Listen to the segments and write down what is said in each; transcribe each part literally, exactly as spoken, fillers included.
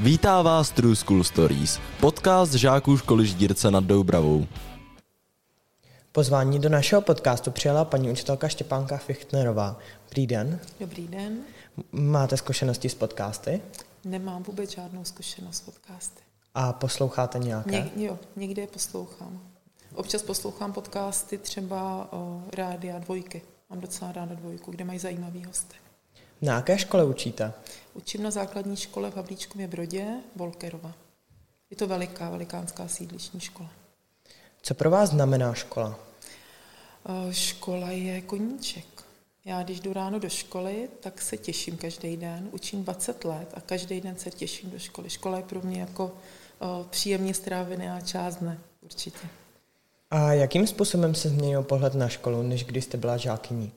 Vítá vás True School Stories, podcast žáků školy Ždírce nad Doubravou. Pozvání do našeho podcastu přijala paní učitelka Štěpánka Fichtnerová. Dobrý den. Dobrý den. Máte zkušenosti s podcasty? Nemám vůbec žádnou zkušenost s podcasty. A posloucháte nějaké? Ně, jo, někde je poslouchám. Občas poslouchám podcasty třeba o Rádia Dvojky. Mám docela ráda Dvojku, kde mají zajímavý hosty. Na jaké škole učíte? Učím na základní škole v Havlíčkově Brodě, Volkerova. Je to veliká, velikánská sídliční škola. Co pro vás znamená škola? Škola je koníček. Já když jdu ráno do školy, tak se těším každý den. Učím dvacet let a každý den se těším do školy. Škola je pro mě jako příjemně strávená část dne, určitě. A jakým způsobem se změnil pohled na školu, než když jste byla žákyní?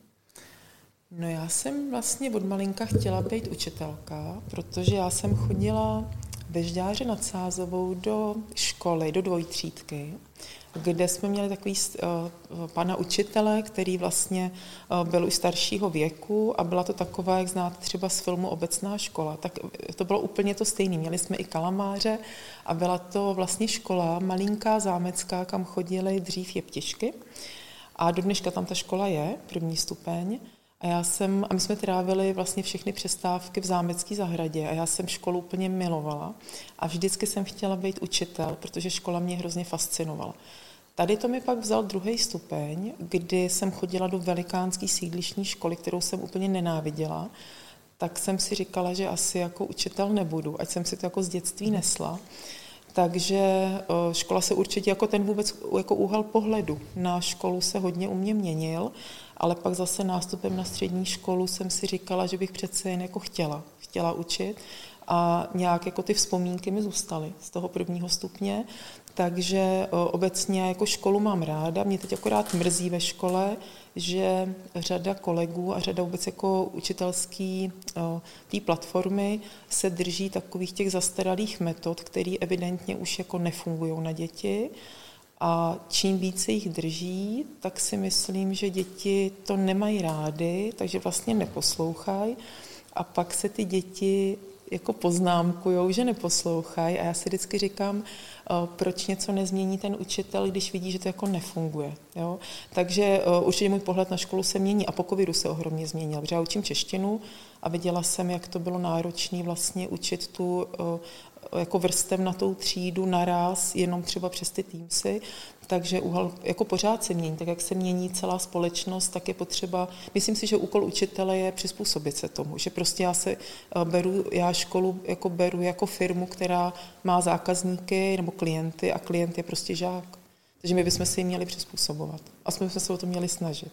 No já jsem vlastně od malinka chtěla být učitelka, protože já jsem chodila ve Žďáře nad Sázovou do školy, do dvojtřídky, kde jsme měli takový uh, pana učitele, který vlastně uh, byl už staršího věku a byla to taková, jak znáte třeba z filmu Obecná škola. Tak to bylo úplně to stejné. Měli jsme i kalamáře a byla to vlastně škola malinká, zámecká, kam chodili dřív jeptišky. A do dneška tam ta škola je, první stupeň. A já jsem, a my jsme trávili vlastně všechny přestávky v zámecké zahradě a já jsem školu úplně milovala a vždycky jsem chtěla být učitel, protože škola mě hrozně fascinovala. Tady to mi pak vzal druhý stupeň, kdy jsem chodila do velikánské sídlišní školy, kterou jsem úplně nenáviděla, tak jsem si říkala, že asi jako učitel nebudu, ať jsem si to jako z dětství nesla. Takže škola se určitě jako ten vůbec jako úhel pohledu na školu se hodně u mě měnil, ale pak zase nástupem na střední školu jsem si říkala, že bych přece jen jako chtěla, chtěla učit a nějak jako ty vzpomínky mi zůstaly z toho prvního stupně, takže obecně jako školu mám ráda. Mě teď akorát mrzí ve škole, že řada kolegů a řada vůbec jako učitelský té platformy se drží takových těch zastaralých metod, které evidentně už jako nefungují na děti. A čím více jich drží, tak si myslím, že děti to nemají rády, takže vlastně neposlouchají. A pak se ty děti jako poznámkujou, že neposlouchají. A já si vždycky říkám, proč něco nezmění ten učitel, když vidí, že to jako nefunguje. Jo? Takže určitě můj pohled na školu se mění a po covidu se ohromně změnil. Protože já učím češtinu a viděla jsem, jak to bylo náročné vlastně učit tu jako vrstevnatou třídu naraz, jenom třeba přes ty Teamsy, takže úhel, jako pořád se mění, tak jak se mění celá společnost, tak je potřeba, myslím si, že úkol učitele je přizpůsobit se tomu, že prostě já se beru, já školu jako beru jako firmu, která má zákazníky nebo klienty a klient je prostě žák. Takže my bychom se jim měli přizpůsobovat. Aspoň bychom se o to měli snažit.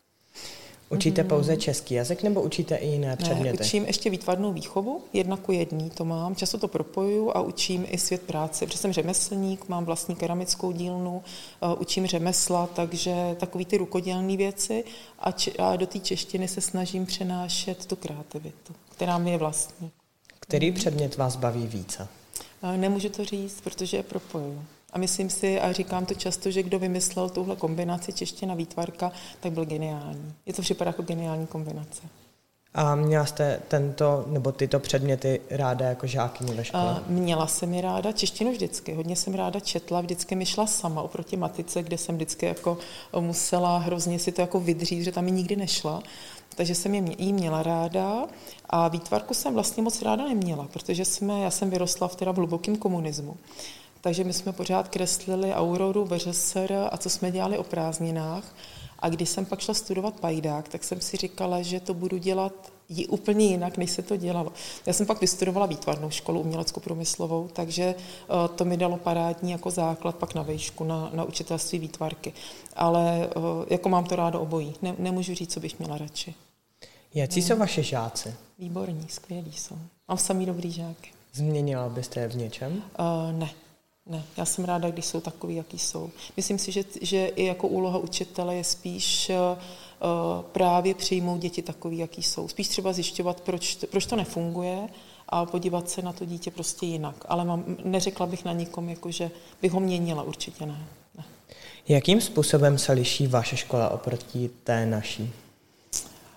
Učíte pouze český jazyk nebo učíte i jiné předměty? Ne, učím ještě výtvarnou výchovu, jedna ku jedný to mám, často to propojuju a učím i svět práce, protože jsem řemeslník, mám vlastní keramickou dílnu, učím řemesla, takže takový ty rukodělné věci a, č- a do té češtiny se snažím přenášet tu kreativitu, která mi je vlastní. Který hmm. předmět vás baví více? Nemůžu to říct, protože je propojuju. A myslím si, a říkám to často, že kdo vymyslel tuhle kombinaci čeština výtvarka, tak byl geniální. Je to připadá jako geniální kombinace. A měla jste tento, nebo tyto předměty ráda jako žákyně ve škole? A měla jsem je ráda, češtinu vždycky. Hodně jsem ráda četla, vždycky mi šla sama oproti matice, kde jsem vždycky jako musela hrozně si to jako vydřít, že tam mi nikdy nešla. Takže jsem je jí měla ráda a výtvarku jsem vlastně moc ráda neměla, protože jsme, já jsem vyrostla v teda v hlubokém komunismu. Takže my jsme pořád kreslili Auroru, V Ř S R a co jsme dělali o prázdninách. A když jsem pak šla studovat pajdák, tak jsem si říkala, že to budu dělat úplně jinak, než se to dělalo. Já jsem pak vystudovala výtvarnou školu umělecko-průmyslovou, takže to mi dalo parádní jako základ pak na vejšku, na, na učitelství výtvarky. Ale jako mám to rádo obojí. Ne, nemůžu říct, co bych měla radši. Jaký jsou vaše žáci? Výborní, skvělí jsou. Mám samý dobrý žáky. Změnila byste je v něčem? Uh, ne. Ne, já jsem ráda, když jsou takový, jaký jsou. Myslím si, že, že i jako úloha učitele je spíš uh, právě přijmout děti takový, jaký jsou. Spíš třeba zjišťovat, proč, proč to nefunguje a podívat se na to dítě prostě jinak. Ale mám, neřekla bych na nikom, jako, že bych ho měnila, určitě ne. ne. Jakým způsobem se liší vaše škola oproti té naší?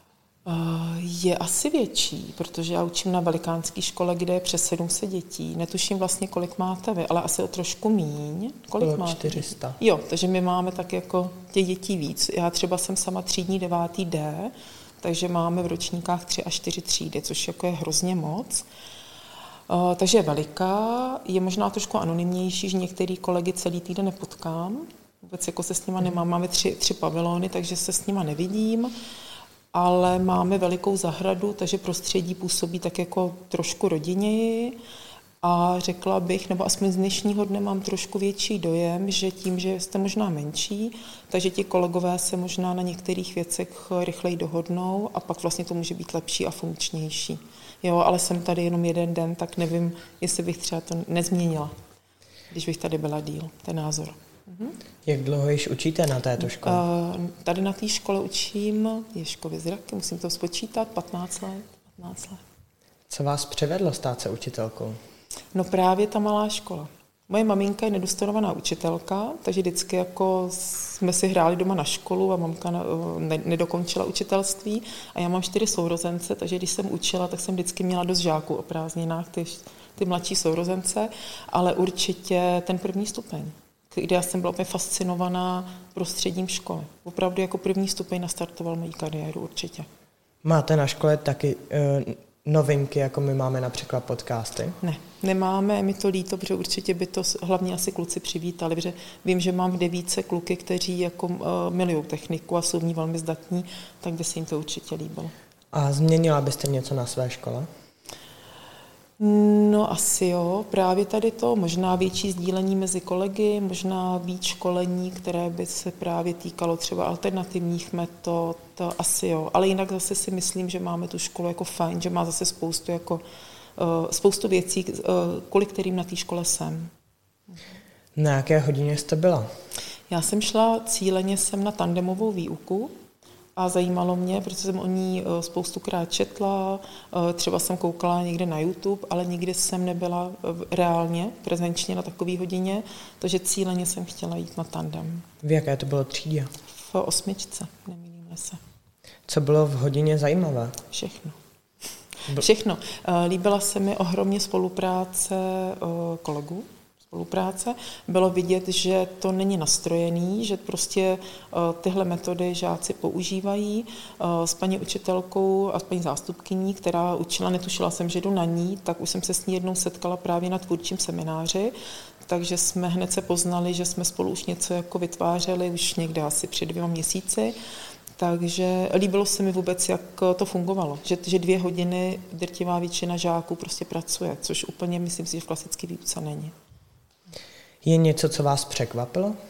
Je asi větší, protože já učím na velikánské škole, kde je přes sedm set dětí. Netuším vlastně, kolik máte vy, ale asi o trošku míň. Kolik máte? čtyři sta. Jo, takže my máme tak jako těch dětí víc. Já třeba jsem sama třídní devátý D, takže máme v ročníkách tři až čtyři třídy, což jako je hrozně moc. Uh, takže je veliká, je možná trošku anonymnější, že některý kolegy celý týden nepotkám. Vůbec jako se s nima nemám, máme tři, tři pavilony, takže se s nima nevidím. Ale máme velikou zahradu, takže prostředí působí tak jako trošku rodinněji a řekla bych, nebo aspoň z dnešního dne mám trošku větší dojem, že tím, že jste možná menší, takže ti kolegové se možná na některých věcech rychleji dohodnou a pak vlastně to může být lepší a funkčnější. Jo, ale jsem tady jenom jeden den, tak nevím, jestli bych třeba to nezměnila, když bych tady byla díl, ten názor. Mhm. Jak dlouho již učíte na této škole? Uh, tady na té škole učím Ježkovy zraky, musím to spočítat, patnáct let. patnáct let. Co vás přivedlo stát se učitelkou? No právě ta malá škola. Moje maminka je nedostudovaná učitelka, takže vždycky jako jsme si hráli doma na školu a mamka ne, nedokončila učitelství a já mám čtyři sourozence, takže když jsem učila, tak jsem vždycky měla dost žáků o prázdninách, ty, ty mladší sourozence, ale určitě ten první stupeň, kde já jsem byla úplně fascinovaná prostředím školy. Opravdu jako první stupeň nastartoval moji kariéru určitě. Máte na škole taky uh, novinky, jako my máme například podcasty? Ne, nemáme, mi to líto, protože určitě by to hlavně asi kluci přivítali, protože vím, že mám v devíce kluky, kteří jako uh, milují techniku a jsou v ní velmi zdatní, tak by se jim to určitě líbilo. A změnila byste něco na své škole? No asi jo, právě tady to, možná větší sdílení mezi kolegy, možná víc školení, které by se právě týkalo třeba alternativních metod, to asi jo, ale jinak zase si myslím, že máme tu školu jako fajn, že má zase spoustu, jako, uh, spoustu věcí, uh, kvůli kterým na té škole jsem. Na jaké hodině jste byla? Já jsem šla cíleně jsem na tandemovou výuku, a zajímalo mě, protože jsem o ní spoustukrát četla, třeba jsem koukala někde na YouTube, ale nikdy jsem nebyla reálně, prezenčně na takové hodině, takže cíleně jsem chtěla jít na tandem. V jaké to bylo třídě? V osmičce, nemýlíme se. Co bylo v hodině zajímavé? Všechno. Všechno. Líbila se mi ohromně spolupráce kolegů, spolupráce. Bylo vidět, že to není nastrojený, že prostě tyhle metody žáci používají. S paní učitelkou a s paní zástupkyní, která učila, netušila jsem, že jdu na ní, tak už jsem se s ní jednou setkala právě na tvůrčím semináři, takže jsme hned se poznali, že jsme spolu už něco jako vytvářeli už někde asi před dvěma měsíci. Takže líbilo se mi vůbec, jak to fungovalo, že, že dvě hodiny drtivá většina žáků prostě pracuje, což úplně myslím si, že v klasické výuce není. Je něco, co vás překvapilo? Uh,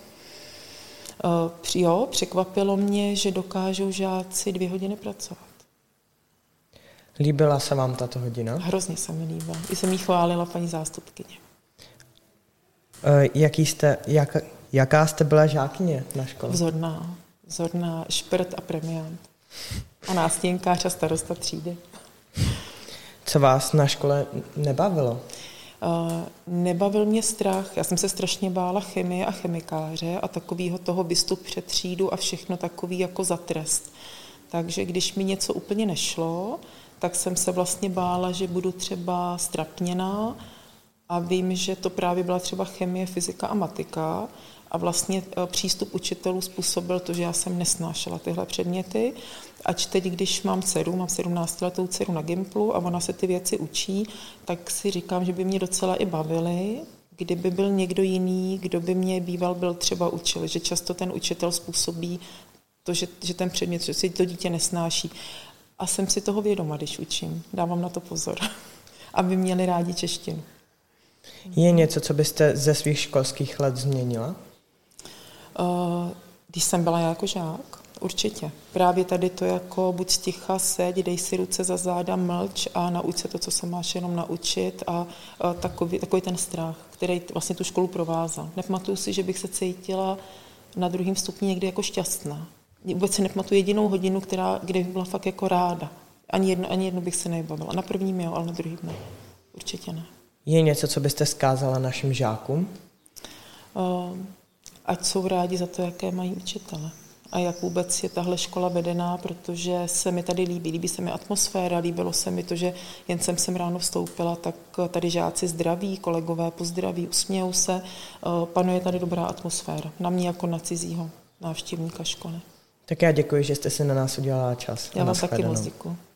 jo, překvapilo mě, že dokážou žáci dvě hodiny pracovat. Líbila se vám tato hodina? Hrozně se mi líbila. I jsem jí chválila paní zástupkyně. Uh, jaký jste, jak, jaká jste byla žákyně na škole? Vzorná. Vzorná, šprt a premiant. A nástěnkář a starosta třídy. Co vás na škole nebavilo? Uh, nebavil mě strach, já jsem se strašně bála chemie a chemikáře a takového toho vystup před třídu a všechno takový jako za trest. Takže když mi něco úplně nešlo, tak jsem se vlastně bála, že budu třeba strapněná a vím, že to právě byla třeba chemie, fyzika a matika a vlastně přístup učitelů způsobil to, že já jsem nesnášela tyhle předměty. Ač teď, když mám dceru, mám sedmnáctiletou dceru na Gimplu a ona se ty věci učí, tak si říkám, že by mě docela i bavily, kdyby byl někdo jiný, kdo by mě býval byl třeba učil, že často ten učitel způsobí to, že, že ten předmět, že si to dítě nesnáší. A jsem si toho vědoma, když učím. Dávám na to pozor, aby měli rádi češtinu. Je něco, co byste ze svých školských let změnila? Když jsem byla jako žák, určitě. Právě tady to jako buď sticha, seď, dej si ruce za záda, mlč a nauč se to, co se máš jenom naučit a, a takový, takový ten strach, který vlastně tu školu provázal. Nepamatuju si, že bych se cítila na druhém stupni někdy jako šťastná. Vůbec si nepamatuju jedinou hodinu, která, kde bych byla fakt jako ráda. Ani jedno, ani jedno bych se nebavila. Na prvním jo, ale na druhým ne. Určitě ne. Je něco, co byste vzkázala našim žákům? Uh, ať jsou rádi za to, jaké mají učitele. a jak vůbec je tahle škola vedená, protože se mi tady líbí. Líbí se mi atmosféra, líbilo se mi to, že jen jsem sem ráno vstoupila, tak tady žáci zdraví, kolegové pozdraví, usmějou se. Panuje tady dobrá atmosféra. Na mě jako na cizího návštěvníka školy. Tak já děkuji, že jste si na nás udělala čas. Já vám taky moc děkuji.